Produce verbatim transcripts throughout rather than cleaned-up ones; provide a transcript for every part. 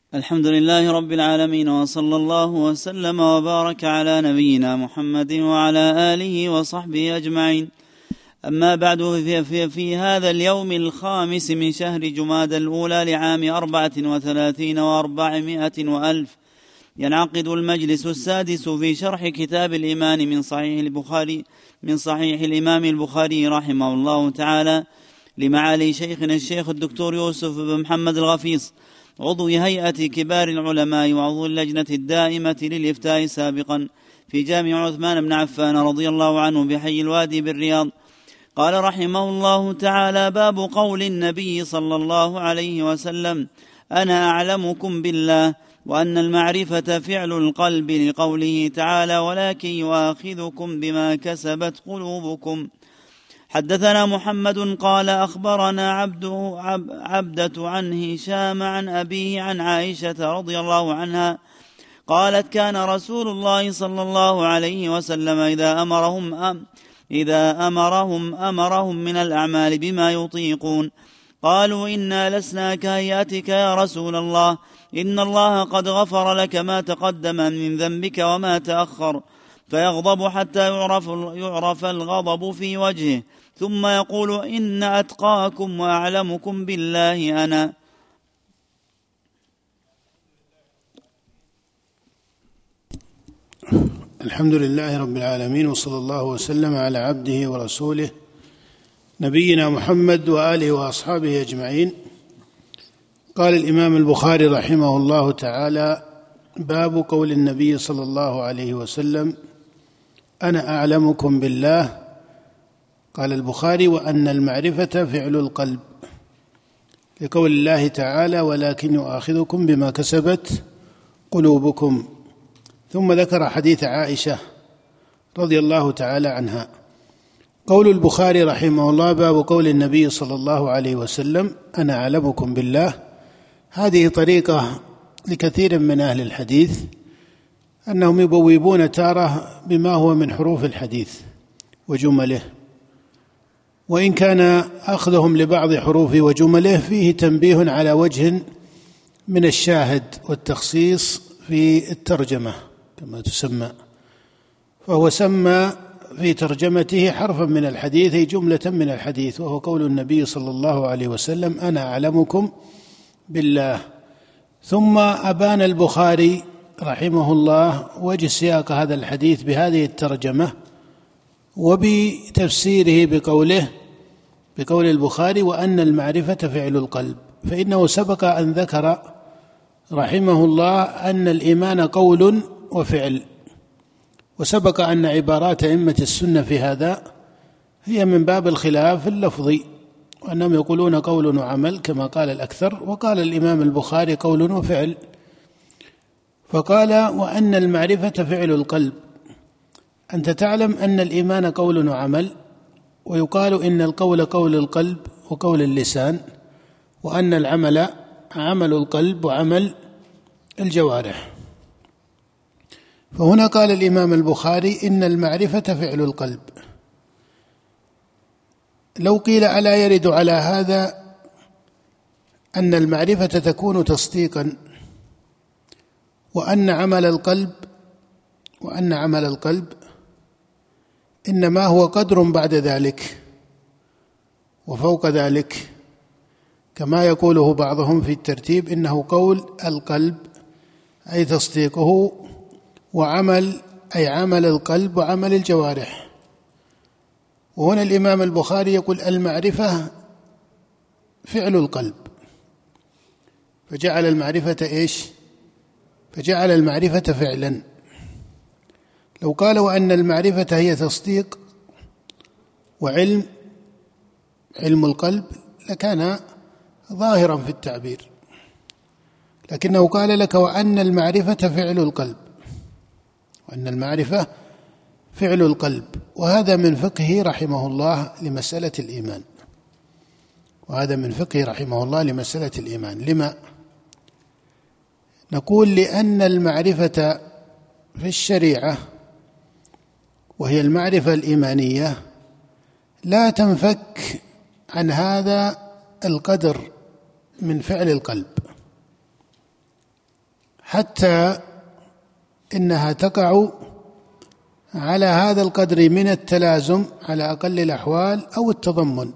الحمد لله رب العالمين، وصلى الله وسلم وبارك على نبينا محمد وعلى آله وصحبه أجمعين. أما بعد، في, في, في هذا اليوم الخامس من شهر جمادى الأولى لعام أربعة وثلاثين وأربعمائة وألف ينعقد المجلس السادس في شرح كتاب الإيمان من صحيح البخاري من صحيح الإمام البخاري رحمه الله تعالى لمعالي شيخنا الشيخ الدكتور يوسف بن محمد الغفيص، عضو هيئة كبار العلماء وعضو اللجنة الدائمة للإفتاء سابقا في جامع عثمان بن عفان رضي الله عنه بحي الوادي بالرياض. قال رحمه الله تعالى: باب قول النبي صلى الله عليه وسلم: أنا أعلمكم بالله، وأن المعرفة فعل القلب، لقوله تعالى: ولكن يؤاخذكم بما كسبت قلوبكم. حدثنا محمد قال أخبرنا عبده عب عبدة عن هشام عن أبيه عن عائشة رضي الله عنها قالت: كان رسول الله صلى الله عليه وسلم إذا أمرهم أم إذا أمرهم أمرهم من الأعمال بما يطيقون. قالوا: إنا لسنا كهيئتك يا رسول الله، إن الله قد غفر لك ما تقدم من ذنبك وما تأخر. فيغضب حتى يعرف, يعرف الغضب في وجهه، ثم يقول: إن أتقاكم وأعلمكم بالله أنا. الحمد لله رب العالمين، وصلى الله وسلم على عبده ورسوله نبينا محمد وآله وأصحابه أجمعين. قال الإمام البخاري رحمه الله تعالى: باب قول النبي صلى الله عليه وسلم: أنا أعلمكم بالله. قال البخاري: وأن المعرفة فعل القلب، لقول الله تعالى: ولكن يؤاخذكم بما كسبت قلوبكم. ثم ذكر حديث عائشة رضي الله تعالى عنها. قول البخاري رحمه الله: باب قول النبي صلى الله عليه وسلم: أنا أعلمكم بالله. هذه طريقة لكثير من أهل الحديث أنهم يبوبون تارة بما هو من حروف الحديث وجمله، وإن كان أخذهم لبعض حروف وجمله فيه تنبيه على وجه من الشاهد والتخصيص في الترجمة كما تسمى، فهو سمى في ترجمته حرفا من الحديث أي جملة من الحديث، وهو قول النبي صلى الله عليه وسلم: أنا أعلمكم بالله. ثم أبان البخاري رحمه الله وجه سياق هذا الحديث بهذه الترجمة وبتفسيره بقوله بقول البخاري: وأن المعرفة فعل القلب. فإنه سبق أن ذكر رحمه الله أن الإيمان قول وفعل، وسبق أن عبارات أئمة السنة في هذا هي من باب الخلاف اللفظي، وأنهم يقولون قول وعمل كما قال الأكثر، وقال الإمام البخاري قول وفعل. فقال: وأن المعرفة فعل القلب. أنت تعلم أن الإيمان قول وعمل، ويقال إن القول قول القلب وقول اللسان، وأن العمل عمل القلب وعمل الجوارح. فهنا قال الإمام البخاري: إن المعرفة فعل القلب. لو قيل ألا يرد على هذا أن المعرفة تكون تصديقا، وأن عمل القلب وأن عمل القلب إنما هو قدر بعد ذلك وفوق ذلك، كما يقوله بعضهم في الترتيب: إنه قول القلب أي تصديقه، وعمل أي عمل القلب وعمل الجوارح. وهنا الإمام البخاري يقول: المعرفة فعل القلب، فجعل المعرفة إيش؟ فجعل المعرفة فعلا. لو قال: وأن المعرفة هي تصديق وعلم علم القلب لكان ظاهرا في التعبير، لكنه قال لك: وأن المعرفة فعل القلب، وأن المعرفة فعل القلب. وهذا من فقهه رحمه الله لمسألة الإيمان، وهذا من فقهه رحمه الله لمسألة الإيمان. لما؟ نقول: لأن المعرفة في الشريعة وهي المعرفة الإيمانية لا تنفك عن هذا القدر من فعل القلب، حتى إنها تقع على هذا القدر من التلازم على أقل الأحوال أو التضمن.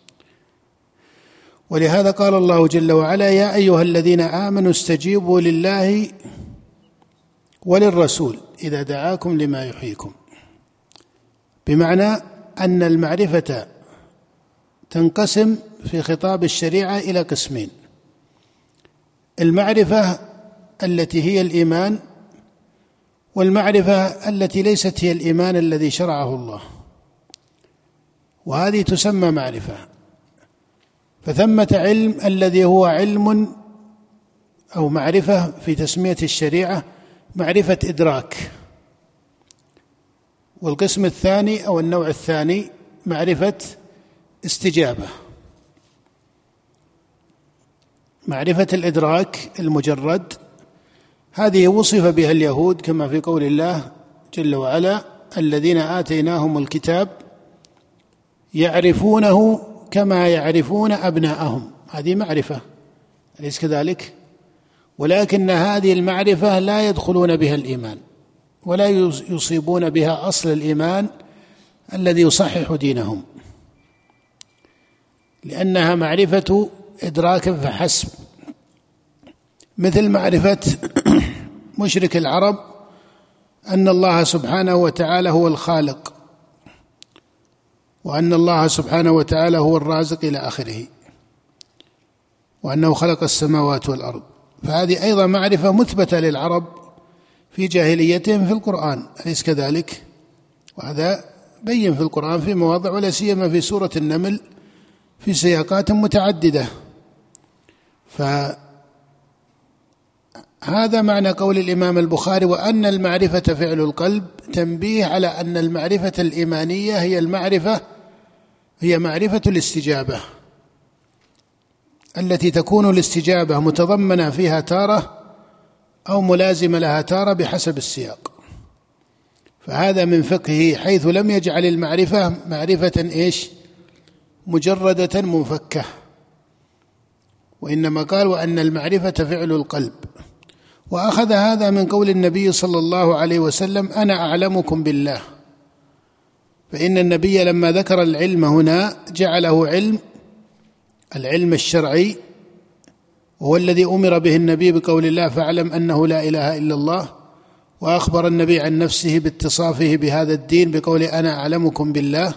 ولهذا قال الله جل وعلا: يا أيها الذين آمنوا استجيبوا لله وللرسول إذا دعاكم لما يحييكم، بمعنى أن المعرفة تنقسم في خطاب الشريعة إلى قسمين: المعرفة التي هي الإيمان، والمعرفة التي ليست هي الإيمان الذي شرعه الله، وهذه تسمى معرفة. فثمة علم الذي هو علم أو معرفة في تسمية الشريعة معرفة إدراك، والقسم الثاني أو النوع الثاني معرفة استجابة. معرفة الإدراك المجرد هذه وصف بها اليهود كما في قول الله جل وعلا: الذين آتيناهم الكتاب يعرفونه كما يعرفون أبناءهم. هذه معرفة، أليس كذلك؟ ولكن هذه المعرفة لا يدخلون بها الإيمان ولا يصيبون بها أصل الإيمان الذي يصحح دينهم، لأنها معرفة إدراك فحسب، مثل معرفة مشرك العرب أن الله سبحانه وتعالى هو الخالق، وأن الله سبحانه وتعالى هو الرازق إلى آخره، وأنه خلق السماوات والأرض. فهذه أيضا معرفة مثبتة للعرب في جاهليتهم في القرآن، أليس كذلك؟ وهذا بين في القرآن في مواضع، ولا سيما في سورة النمل في سياقات متعددة. فهذا معنى قول الإمام البخاري: وأن المعرفة فعل القلب، تنبيه على أن المعرفة الإيمانية هي المعرفة هي معرفة الاستجابة، التي تكون الاستجابة متضمنة فيها تارة أو ملازمة لها تارة بحسب السياق. فهذا من فقهه، حيث لم يجعل المعرفة معرفة إيش؟ مجردة منفكة، وإنما قال: وأن المعرفة فعل القلب. وأخذ هذا من قول النبي صلى الله عليه وسلم: أنا أعلمكم بالله. فإن النبي لما ذكر العلم هنا جعله علم العلم الشرعي، وهو الذي أمر به النبي بقول الله: فاعلم أنه لا إله إلا الله. وأخبر النبي عن نفسه باتصافه بهذا الدين بقول: أنا أعلمكم بالله.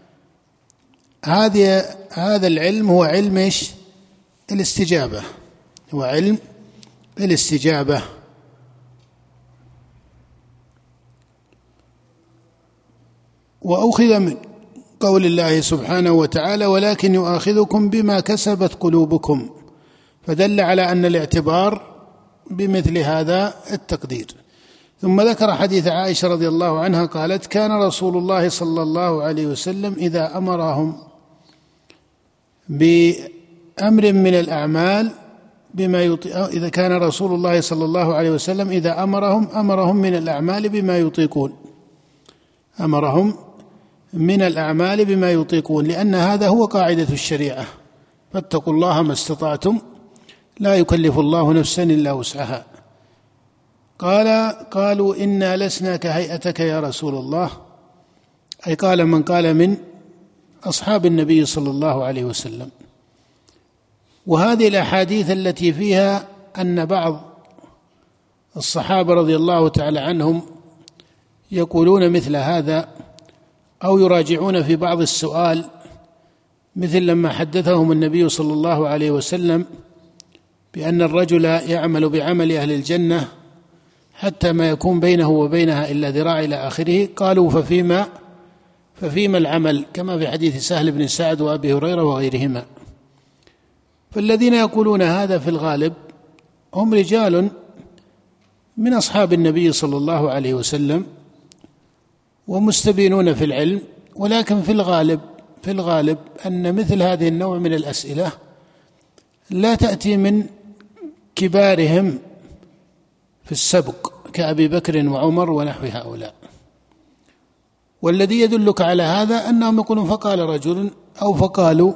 هذا هذا العلم هو علم إيش؟ الاستجابة، هو علم الاستجابة. وأخذ من قول الله سبحانه وتعالى: ولكن يؤاخذكم بما كسبت قلوبكم، فدل على أن الاعتبار بمثل هذا التقدير. ثم ذكر حديث عائشة رضي الله عنها قالت: كان رسول الله صلى الله عليه وسلم إذا أمرهم بأمر من الأعمال بما يطيق إذا كان رسول الله صلى الله عليه وسلم إذا أمرهم أمرهم من الأعمال بما يطيقون أمرهم من الأعمال بما يطيقون لأن هذا هو قاعدة الشريعة: فاتقوا الله ما استطعتم لا يكلف الله نفسا إلا وسعها. قال قالوا إنا لسنا كهيئتك يا رسول الله، أي قال من قال من أصحاب النبي صلى الله عليه وسلم. وهذه الأحاديث التي فيها أن بعض الصحابة رضي الله تعالى عنهم يقولون مثل هذا أو يراجعون في بعض السؤال، مثل لما حدثهم النبي صلى الله عليه وسلم بأن الرجل يعمل بعمل أهل الجنة حتى ما يكون بينه وبينها إلا ذراع إلى آخره، قالوا ففيما ففيما العمل، كما في حديث سهل بن سعد وأبي هريرة وغيرهما. فالذين يقولون هذا في الغالب هم رجال من أصحاب النبي صلى الله عليه وسلم ومستبينون في العلم، ولكن في الغالب في الغالب أن مثل هذه النوع من الأسئلة لا تأتي من كبارهم في السبق كأبي بكر وعمر ونحو هؤلاء. والذي يدلك على هذا أنهم يقولون فقال رجل أو فقالوا،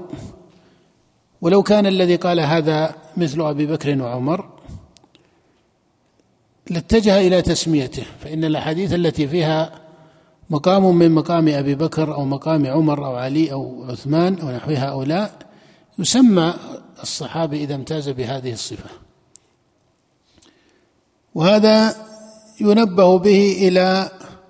ولو كان الذي قال هذا مثل أبي بكر وعمر لاتجه إلى تسميته، فإن الأحاديث التي فيها مقام من مقام أبي بكر أو مقام عمر أو علي أو عثمان أو نحو هؤلاء يسمى الصحابي إذا امتاز بهذه الصفة. وهذا ينبه به إلى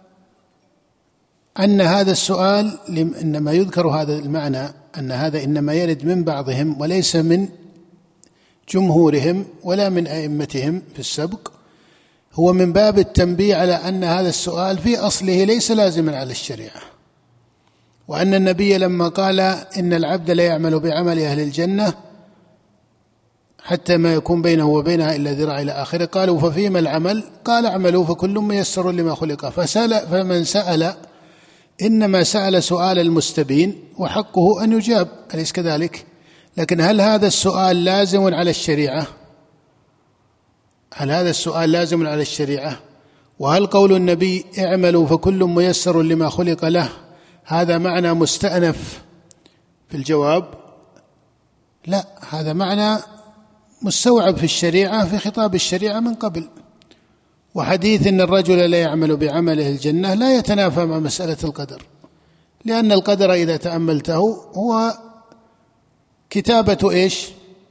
أن هذا السؤال إنما يذكر هذا المعنى أن هذا إنما يرد من بعضهم وليس من جمهورهم ولا من أئمتهم في السبق، هو من باب التنبيه على أن هذا السؤال في أصله ليس لازما على الشريعة، وأن النبي لما قال إن العبد لا يعمل بعمل أهل الجنة حتى ما يكون بينه وبينها إلا ذراع إلى آخره، قالوا ففيما العمل؟ قال اعملوا فكل ميسر لما خلق. فسأل فمن سأل إنما سأل سؤال المستبين وحقه أن يجاب، أليس كذلك؟ لكن هل هذا السؤال لازم على الشريعة؟ هل هذا السؤال لازم على الشريعة؟ وهل قول النبي اعملوا فكل ميسر لما خلق له هذا معنى مستأنف في الجواب؟ لا، هذا معنى مستوعب في الشريعة في خطاب الشريعة من قبل. وحديث إن الرجل لا يعمل بعمله الجنة لا يتنافى مع مسألة القدر، لأن القدر إذا تأملته هو كتابة إيش؟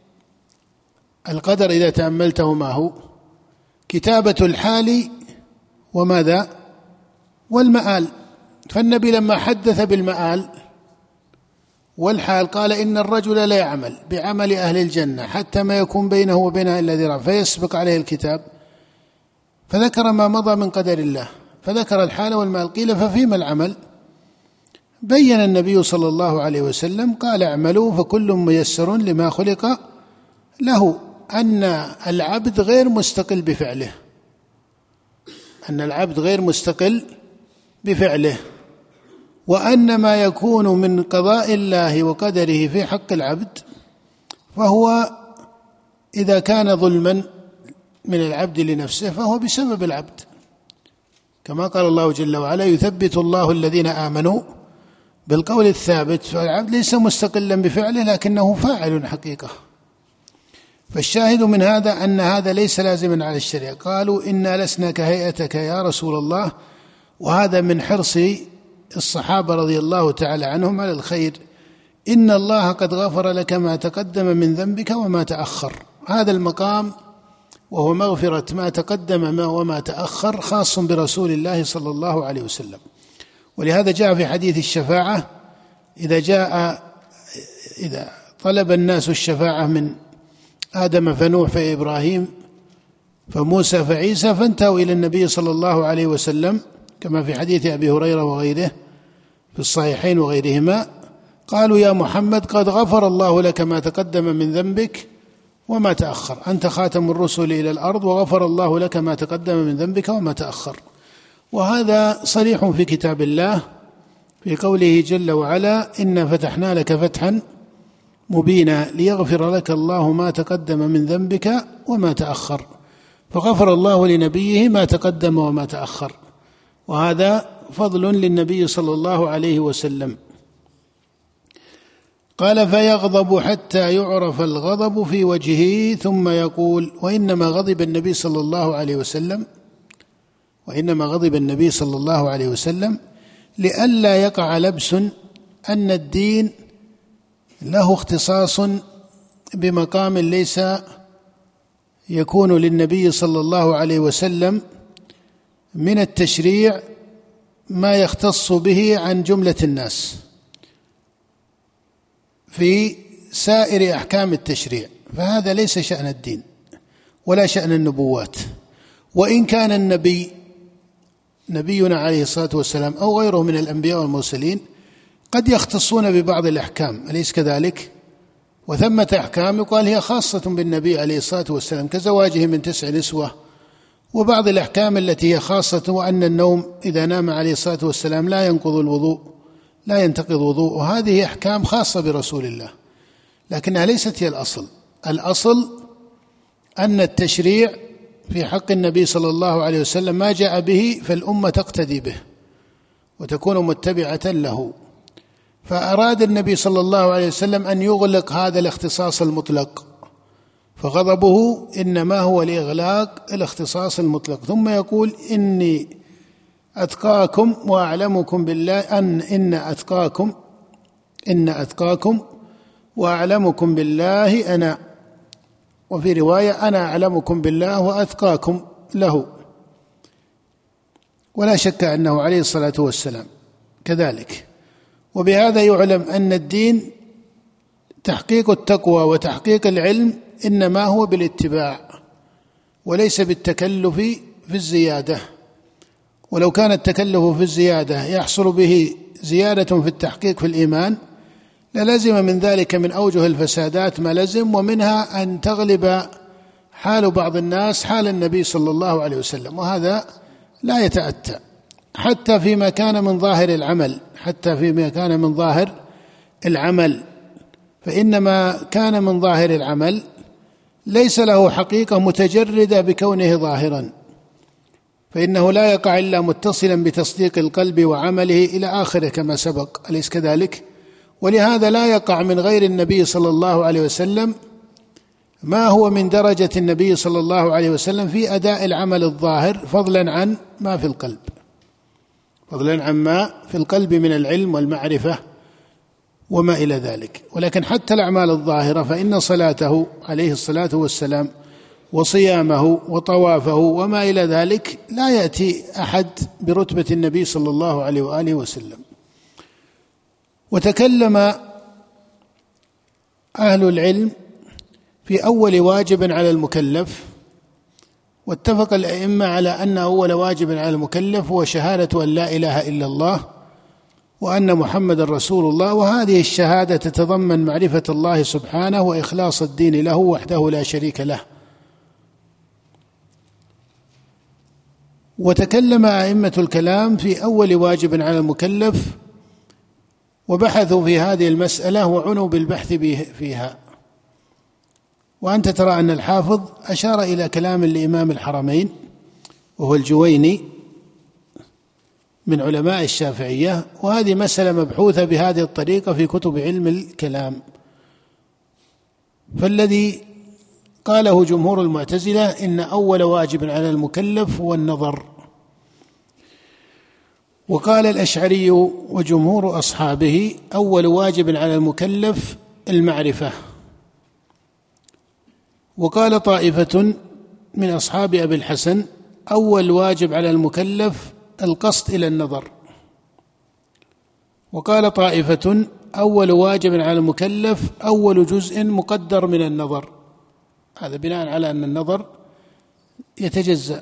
القدر إذا تأملته ما هو؟ كتابة الحال وماذا؟ والمآل. فالنبي لما حدث بالمآل والحال قال إن الرجل لا يعمل بعمل أهل الجنة حتى ما يكون بينه وبينها إلا ذراع فيسبق عليه الكتاب، فذكر ما مضى من قدر الله، فذكر الحال والمآل. قيل ففيما العمل؟ بين النبي صلى الله عليه وسلم قال اعملوا فكل ميسر لما خلق له، أن العبد غير مستقل بفعله، أن العبد غير مستقل بفعله، وأن ما يكون من قضاء الله وقدره في حق العبد فهو إذا كان ظلما من العبد لنفسه فهو بسبب العبد، كما قال الله جل وعلا يثبت الله الذين آمنوا بالقول الثابت. فالعبد ليس مستقلا بفعله لكنه فاعل حقيقة. فالشاهد من هذا أن هذا ليس لازما على الشريعة. قالوا إنا لسنا كهيئتك يا رسول الله، وهذا من حرص الصحابة رضي الله تعالى عنهم على الخير. إن الله قد غفر لك ما تقدم من ذنبك وما تأخر. هذا المقام وهو مغفرة ما تقدم وما تأخر خاص برسول الله صلى الله عليه وسلم. ولهذا جاء في حديث الشفاعة إذا جاء إذا طلب الناس الشفاعة من آدم فنوح فإبراهيم فموسى فعيسى فانتهوا إلى النبي صلى الله عليه وسلم كما في حديث أبي هريرة وغيره في الصحيحين وغيرهما، قالوا يا محمد قد غفر الله لك ما تقدم من ذنبك وما تأخر، أنت خاتم الرسل إلى الأرض وغفر الله لك ما تقدم من ذنبك وما تأخر. وهذا صريح في كتاب الله في قوله جل وعلا إنا فتحنا لك فتحا مبينا ليغفر لك الله ما تقدم من ذنبك وما تأخر، فغفر الله لنبيه ما تقدم وما تأخر، وهذا فضل للنبي صلى الله عليه وسلم. قال فيغضب حتى يعرف الغضب في وجهه ثم يقول وإنما غضب النبي صلى الله عليه وسلم وإنما غضب النبي صلى الله عليه وسلم لئلا يقع لبس أن الدين له اختصاص بمقام ليس يكون للنبي صلى الله عليه وسلم من التشريع ما يختص به عن جملة الناس في سائر أحكام التشريع، فهذا ليس شأن الدين ولا شأن النبوات. وإن كان النبي نبينا عليه الصلاة والسلام أو غيره من الأنبياء والمرسلين قد يختصون ببعض الأحكام، أليس كذلك؟ وثمة أحكام يقال هي خاصة بالنبي عليه الصلاة والسلام كزواجه من تسع نسوة، وبعض الأحكام التي هي خاصة وأن النوم إذا نام عليه الصلاة والسلام لا ينقض الوضوء لا ينتقض وضوء، وهذه أحكام خاصة برسول الله لكنها ليست هي الأصل. الأصل أن التشريع في حق النبي صلى الله عليه وسلم ما جاء به فالأمة تقتدي به وتكون متبعة له، فأراد النبي صلى الله عليه وسلم أن يغلق هذا الاختصاص المطلق، فغضبه إنما هو لإغلاق الاختصاص المطلق. ثم يقول إني أتقاكم وأعلمكم بالله أن إن أتقاكم إن أتقاكم وأعلمكم بالله أنا، وفي رواية أنا أعلمكم بالله وأتقاكم له. ولا شك أنه عليه الصلاة والسلام كذلك. وبهذا يعلم أن الدين تحقيق التقوى وتحقيق العلم إنما هو بالاتباع وليس بالتكلف في الزيادة. ولو كان التكلف في الزيادة يحصل به زيادة في التحقيق في الإيمان للزم من ذلك من أوجه الفسادات ما لزم، ومنها أن تغلب حال بعض الناس حال النبي صلى الله عليه وسلم، وهذا لا يتأتى حتى فيما كان من ظاهر العمل حتى فيما كان من ظاهر العمل فإنما كان من ظاهر العمل ليس له حقيقة متجردة بكونه ظاهرا، فإنه لا يقع إلا متصلا بتصديق القلب وعمله إلى آخره كما سبق، أليس كذلك؟ ولهذا لا يقع من غير النبي صلى الله عليه وسلم ما هو من درجة النبي صلى الله عليه وسلم في أداء العمل الظاهر، فضلا عن ما في القلب فضلا عن ما في القلب من العلم والمعرفة وما إلى ذلك. ولكن حتى الأعمال الظاهرة فإن صلاته عليه الصلاة والسلام وصيامه وطوافه وما إلى ذلك لا يأتي أحد برتبة النبي صلى الله عليه وآله وسلم. وتكلم أهل العلم في أول واجب على المكلف، واتفق الأئمة على أن أول واجب على المكلف هو شهادة أن لا إله إلا الله وأن محمد رسول الله، وهذه الشهادة تتضمن معرفة الله سبحانه وإخلاص الدين له وحده لا شريك له. وتكلم أئمة الكلام في أول واجب على المكلف وبحثوا في هذه المسألة وعنوا بالبحث فيها. وأنت ترى أن الحافظ أشار إلى كلام الإمام الحرمين وهو الجويني من علماء الشافعية، وهذه مسألة مبحوثة بهذه الطريقة في كتب علم الكلام. فالذي قاله جمهور المعتزلة إن أول واجب على المكلف هو النظر، وقال الأشعري وجمهور أصحابه أول واجب على المكلف المعرفة، وقال طائفة من أصحاب أبي الحسن أول واجب على المكلف القصد إلى النظر، وقال طائفة أول واجب على المكلف أول جزء مقدر من النظر، هذا بناء على أن النظر يتجزأ.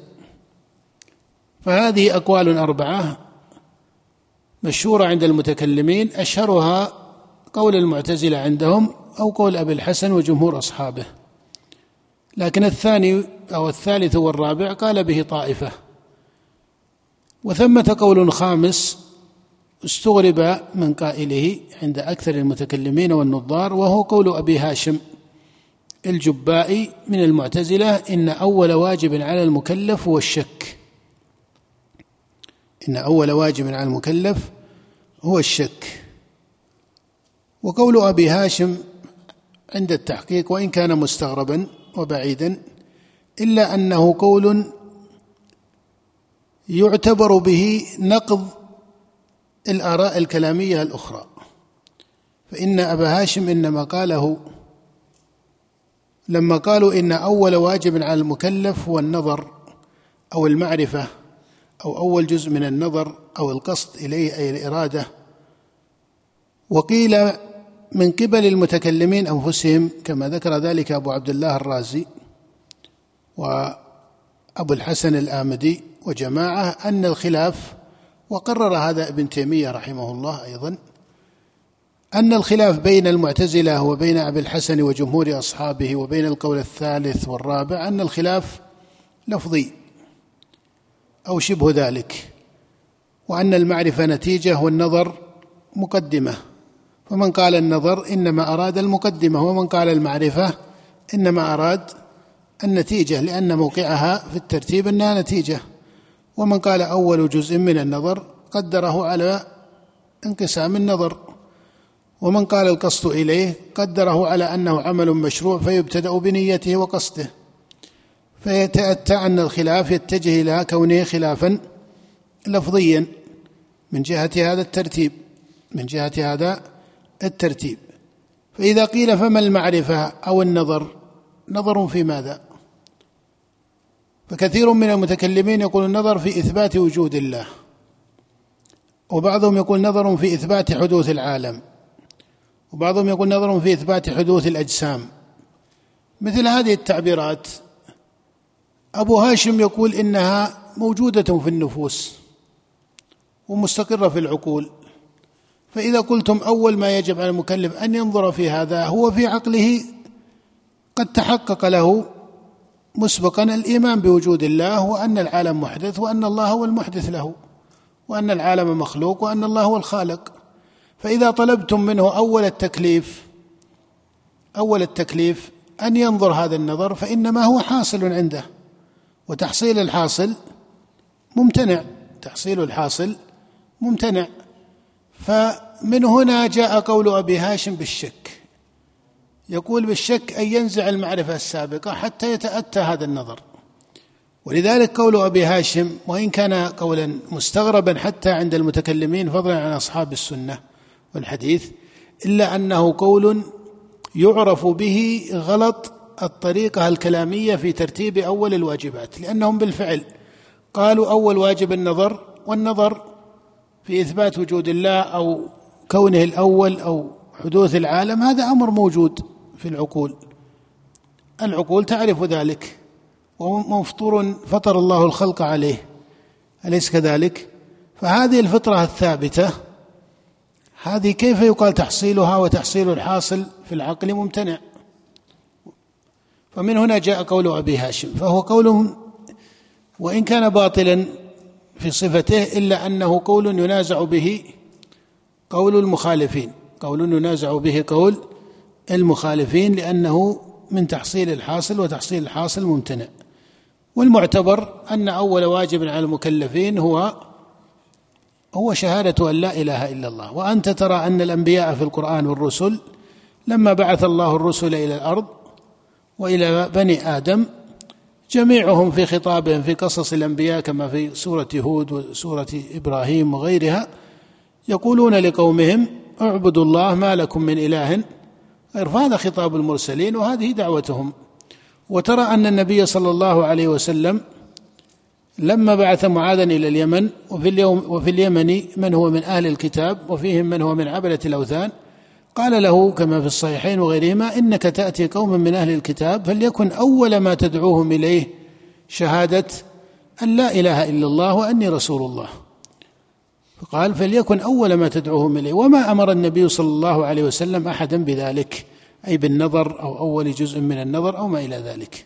فهذه أقوال أربعة مشهورة عند المتكلمين، أشهرها قول المعتزلة عندهم أو قول أبي الحسن وجمهور أصحابه، لكن الثاني أو الثالث والرابع قال به طائفة. وثمة قول خامس استغرب من قائله عند أكثر المتكلمين والنظار، وهو قول أبي هاشم الجبائي من المعتزلة إن أول واجب على المكلف هو الشك إن أول واجب على المكلف هو الشك. وقول أبي هاشم عند التحقيق وإن كان مستغربا وبعيدا إلا أنه قول يعتبر به نقض الآراء الكلامية الأخرى، فإن أبا هاشم إنما قاله لما قالوا إن أول واجب على المكلف هو النظر أو المعرفة أو أول جزء من النظر أو القصد إليه أي الإرادة. وقيل من قبل المتكلمين أنفسهم كما ذكر ذلك أبو عبد الله الرازي وأبو الحسن الآمدي وجماعة أن الخلاف، وقرر هذا ابن تيمية رحمه الله أيضا، أن الخلاف بين المعتزلة وبين أبي الحسن وجمهور أصحابه وبين القول الثالث والرابع أن الخلاف لفظي أو شبه ذلك، وأن المعرفة نتيجة والنظر مقدمة، فمن قال النظر إنما أراد المقدمة، ومن قال المعرفة إنما أراد النتيجة لأن موقعها في الترتيب أنها نتيجة، ومن قال أول جزء من النظر قدره على انقسام النظر. ومن قال القصد إليه قدره على أنه عمل مشروع فيبتدأ بنيته وقصده، فيتأتى أن الخلاف يتجه إلى كونه خلافا لفظيا من جهة هذا الترتيب من جهة هذا الترتيب. فإذا قيل فما المعرفة أو النظر؟ نظر في ماذا؟ فكثير من المتكلمين يقول النظر في إثبات وجود الله، وبعضهم يقول نظر في إثبات حدوث العالم، وبعضهم يقول نظر في إثبات حدوث الأجسام. مثل هذه التعبيرات أبو هاشم يقول إنها موجودة في النفوس ومستقرة في العقول، فإذا قلتم أول ما يجب على المكلف أن ينظر في هذا هو في عقله قد تحقق له مسبقا الإيمان بوجود الله وأن العالم محدث وأن الله هو المحدث له وأن العالم مخلوق وأن الله هو الخالق. فإذا طلبتم منه أول التكليف أول التكليف أن ينظر هذا النظر فإنما هو حاصل عنده، وتحصيل الحاصل ممتنع تحصيل الحاصل ممتنع. فمن هنا جاء قول أبي هاشم بالشك، يقول بالشك أن ينزع المعرفة السابقة حتى يتأتى هذا النظر. ولذلك قول أبي هاشم وإن كان قولا مستغربا حتى عند المتكلمين فضلا عن أصحاب السنة والحديث، إلا أنه قول يعرف به غلط الطريقة الكلامية في ترتيب أول الواجبات، لأنهم بالفعل قالوا أول واجب النظر، والنظر في إثبات وجود الله أو كونه الأول أو حدوث العالم هذا أمر موجود في العقول، العقول تعرف ذلك، ومفطور فطر الله الخلق عليه، أليس كذلك؟ فهذه الفطرة الثابتة هذه كيف يقال تحصيلها وتحصيل الحاصل في العقل ممتنع؟ فمن هنا جاء قول أبي هاشم، فهو قول وإن كان باطلا في صفته إلا أنه قول ينازع به قول المخالفين قول ينازع به قول المخالفين لأنه من تحصيل الحاصل، وتحصيل الحاصل ممتنع. والمعتبر أن أول واجب على المكلفين هو هو شهادة أن لا إله إلا الله. وأنت ترى أن الأنبياء في القرآن والرسل لما بعث الله الرسل إلى الأرض وإلى بني آدم جميعهم في خطابهم في قصص الأنبياء كما في سورة هود وسورة إبراهيم وغيرها يقولون لقومهم اعبدوا الله ما لكم من إله غير، هذا خطاب المرسلين وهذه دعوتهم. وترى أن النبي صلى الله عليه وسلم لما بعث معاذا إلى اليمن وفي, اليوم وفي اليمن من هو من أهل الكتاب وفيهم من هو من عبدة الأوثان، قال له كما في الصحيحين وغيرهما إنك تأتي قوما من أهل الكتاب فليكن أول ما تدعوهم إليه شهادة أن لا إله إلا الله وأني رسول الله. فقال فليكن أول ما تدعوهم إليه، وما أمر النبي صلى الله عليه وسلم أحدا بذلك، أي بالنظر أو أول جزء من النظر أو ما إلى ذلك.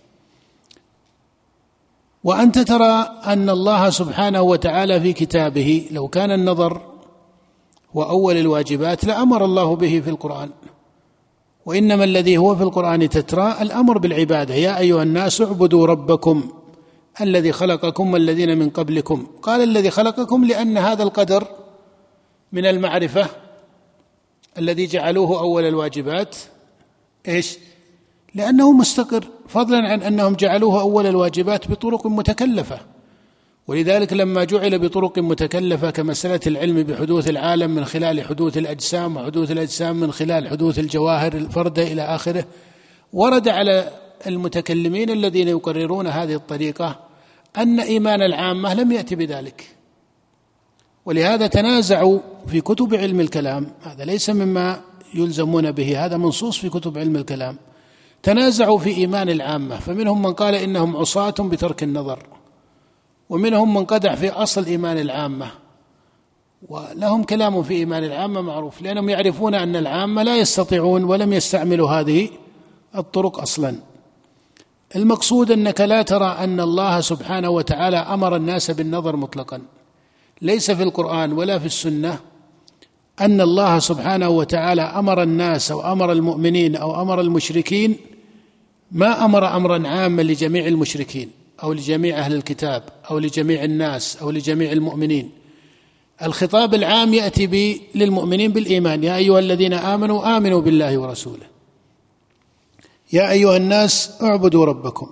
وأنت ترى أن الله سبحانه وتعالى في كتابه لو كان النظر وأول الواجبات لأمر الله به في القرآن، وإنما الذي هو في القرآن تترى الأمر بالعبادة، يا أيها الناس اعبدوا ربكم الذي خلقكم والذين من قبلكم. قال الذي خلقكم لأن هذا القدر من المعرفة الذي جعلوه أول الواجبات إيش؟ لأنه مستقر، فضلا عن أنهم جعلوه أول الواجبات بطرق متكلفة. ولذلك لما جعل بطرق متكلفة كمسألة العلم بحدوث العالم من خلال حدوث الأجسام، وحدوث الأجسام من خلال حدوث الجواهر الفردة إلى آخره، ورد على المتكلمين الذين يقررون هذه الطريقة أن إيمان العامة لم يأتي بذلك. ولهذا تنازعوا في كتب علم الكلام، هذا ليس مما يلزمون به، هذا منصوص في كتب علم الكلام، تنازعوا في إيمان العامة، فمنهم من قال إنهم عصاة بترك النظر، ومنهم من قدح في أصل إيمان العامة، ولهم كلام في إيمان العامة معروف، لأنهم يعرفون أن العامة لا يستطيعون ولم يستعملوا هذه الطرق أصلا. المقصود أنك لا ترى أن الله سبحانه وتعالى أمر الناس بالنظر مطلقا، ليس في القرآن ولا في السنة أن الله سبحانه وتعالى أمر الناس أو أمر المؤمنين أو أمر المشركين، ما أمر أمرا عاما لجميع المشركين أو لجميع أهل الكتاب أو لجميع الناس أو لجميع المؤمنين، الخطاب العام يأتي للمؤمنين بالإيمان: يا أيها الذين آمنوا آمنوا بالله ورسوله، يا أيها الناس اعبدوا ربكم.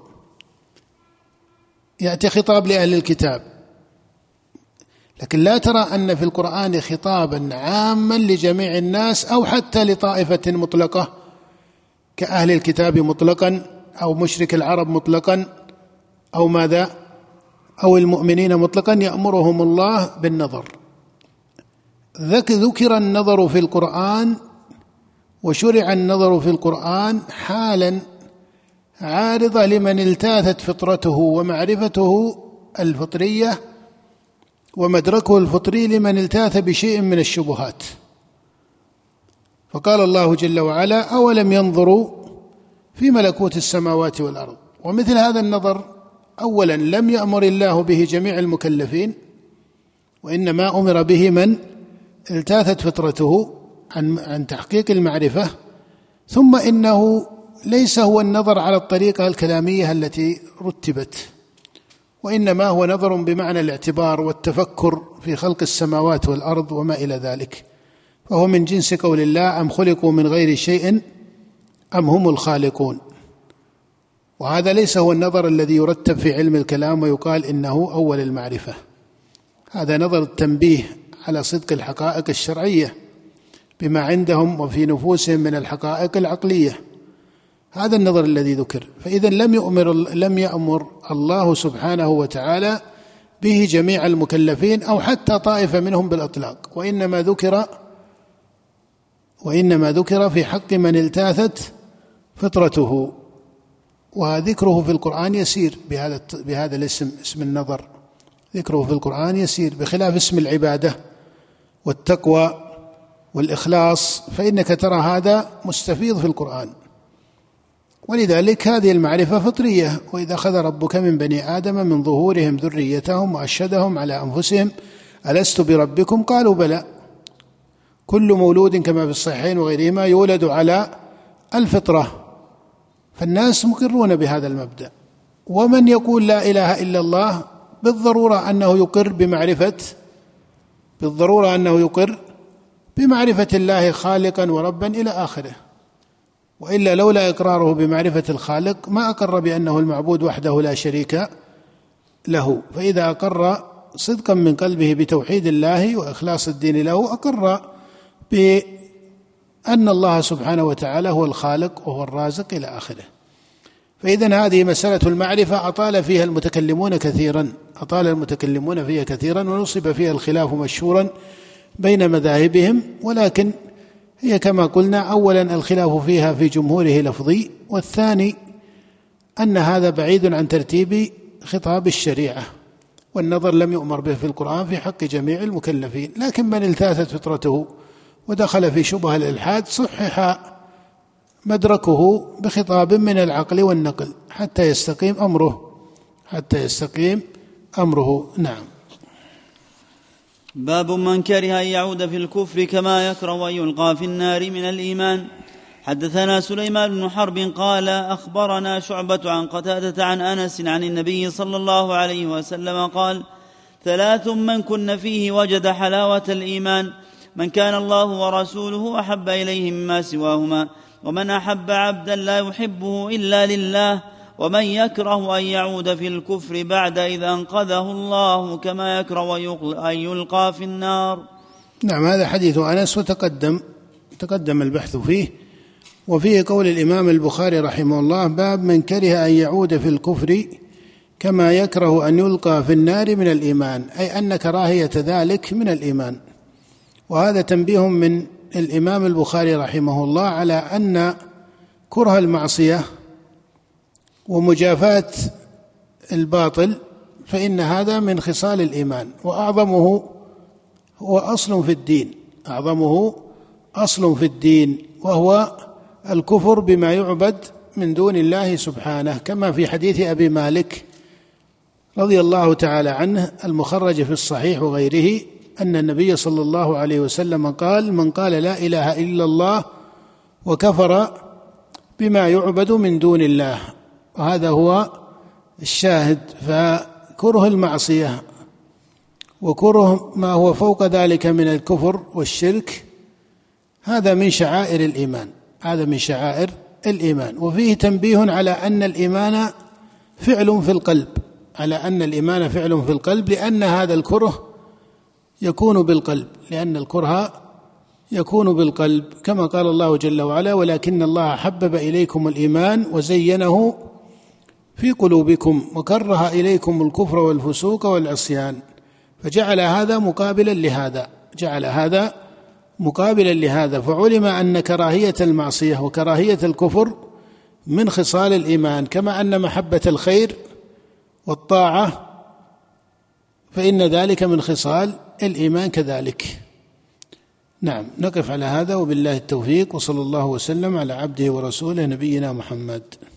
يأتي خطاب لأهل الكتاب، لكن لا ترى أن في القرآن خطابا عاما لجميع الناس أو حتى لطائفة مطلقة كأهل الكتاب مطلقا أو مشرك العرب مطلقا أو ماذا أو المؤمنين مطلقا يأمرهم الله بالنظر. ذكر النظر في القرآن وشرع النظر في القرآن حالا عارضة لمن التاثت فطرته ومعرفته الفطرية ومدركه الفطري لمن التاث بشيء من الشبهات. فقال الله جل وعلا: أولم ينظروا في ملكوت السماوات والأرض. ومثل هذا النظر أولا لم يأمر الله به جميع المكلفين، وإنما أمر به من التاثت فطرته عن عن تحقيق المعرفة. ثم إنه ليس هو النظر على الطريقة الكلامية التي رتبت، وإنما هو نظر بمعنى الاعتبار والتفكر في خلق السماوات والأرض وما إلى ذلك، فهو من جنس قول الله: أم خلقوا من غير شيء أم هم الخالقون. وهذا ليس هو النظر الذي يرتب في علم الكلام ويقال إنه أول المعرفة. هذا نظر التنبيه على صدق الحقائق الشرعية بما عندهم وفي نفوسهم من الحقائق العقلية، هذا النظر الذي ذكر. فإذا لم يؤمر لم يأمر الله سبحانه وتعالى به جميع المكلفين أو حتى طائفة منهم بالإطلاق، وإنما ذكر وإنما ذكر في حق من التاثت فطرته. وذكره في القرآن يسير بهذا بهذا الاسم، اسم النظر، ذكره في القرآن يسير، بخلاف اسم العبادة والتقوى والإخلاص فإنك ترى هذا مستفيض في القرآن. ولذلك هذه المعرفة فطرية: وإذا أخذ ربك من بني آدم من ظهورهم ذريتهم وأشهدهم على أنفسهم ألست بربكم قالوا بلى. كل مولود كما في الصحيحين وغيرهما يولد على الفطرة، فالناس مقرون بهذا المبدأ. ومن يقول لا إله إلا الله بالضرورة أنه يقر بمعرفة بالضرورة أنه يقر بمعرفة الله خالقا وربا إلى آخره، وإلا لولا إقراره بمعرفة الخالق ما أقر بأنه المعبود وحده لا شريك له. فإذا أقر صدقا من قلبه بتوحيد الله وإخلاص الدين له أقر بأن الله سبحانه وتعالى هو الخالق وهو الرازق إلى آخره. فإذن هذه مسألة المعرفة أطال فيها المتكلمون كثيرا أطال المتكلمون فيها كثيرا ونصب فيها الخلاف مشهورا بين مذاهبهم، ولكن هي كما قلنا: أولا الخلاف فيها في جمهوره لفظي، والثاني أن هذا بعيد عن ترتيب خطاب الشريعة، والنظر لم يؤمر به في القرآن في حق جميع المكلفين. لكن من التاثت فطرته ودخل في شبه الإلحاد صحح مدركه بخطاب من العقل والنقل حتى يستقيم أمره حتى يستقيم أمره. نعم. باب من كره أن يعود في الكفر كما يكره أن يلقى في النار من الإيمان. حدثنا سليمان بن حرب قال أخبرنا شعبة عن قتادة عن أنس عن النبي صلى الله عليه وسلم قال: ثلاث من كن فيه وجد حلاوة الإيمان: من كان الله ورسوله أحب إليه مما سواهما، ومن أحب عبدا لا يحبه إلا لله، ومن يكره أن يعود في الكفر بعد إذا أنقذه الله كما يكره أن يلقى في النار. نعم، هذا حديث أنس وتقدم تقدم البحث فيه. وفيه قول الإمام البخاري رحمه الله: باب من كره أن يعود في الكفر كما يكره أن يلقى في النار من الإيمان، أي أن كراهية ذلك من الإيمان. وهذا تنبيه من الإمام البخاري رحمه الله على أن كره المعصية ومجافاة الباطل فإن هذا من خصال الإيمان، وأعظمه هو أصل في الدين أعظمه أصل في الدين وهو الكفر بما يعبد من دون الله سبحانه، كما في حديث أبي مالك رضي الله تعالى عنه المخرج في الصحيح وغيره أن النبي صلى الله عليه وسلم قال: من قال لا إله إلا الله وكفر بما يعبد من دون الله. وهذا هو الشاهد. فكره المعصية وكره ما هو فوق ذلك من الكفر والشرك هذا من شعائر الإيمان، هذا من شعائر الإيمان. وفيه تنبيه على أن الإيمان فعل في القلب، على أن الإيمان فعل في القلب، لأن هذا الكره يكون بالقلب، لأن الكره يكون بالقلب، كما قال الله جل وعلا: ولكن الله حبب إليكم الإيمان وزينه في قلوبكم وكره إليكم الكفر والفسوق والعصيان، فجعل هذا مقابلا لهذا، جعل هذا مقابلا لهذا، فعلم أن كراهية المعصية وكراهية الكفر من خصال الإيمان، كما أن محبة الخير والطاعة فإن ذلك من خصال الإيمان كذلك. نعم، نقف على هذا، وبالله التوفيق، وصلى الله وسلم على عبده ورسوله نبينا محمد.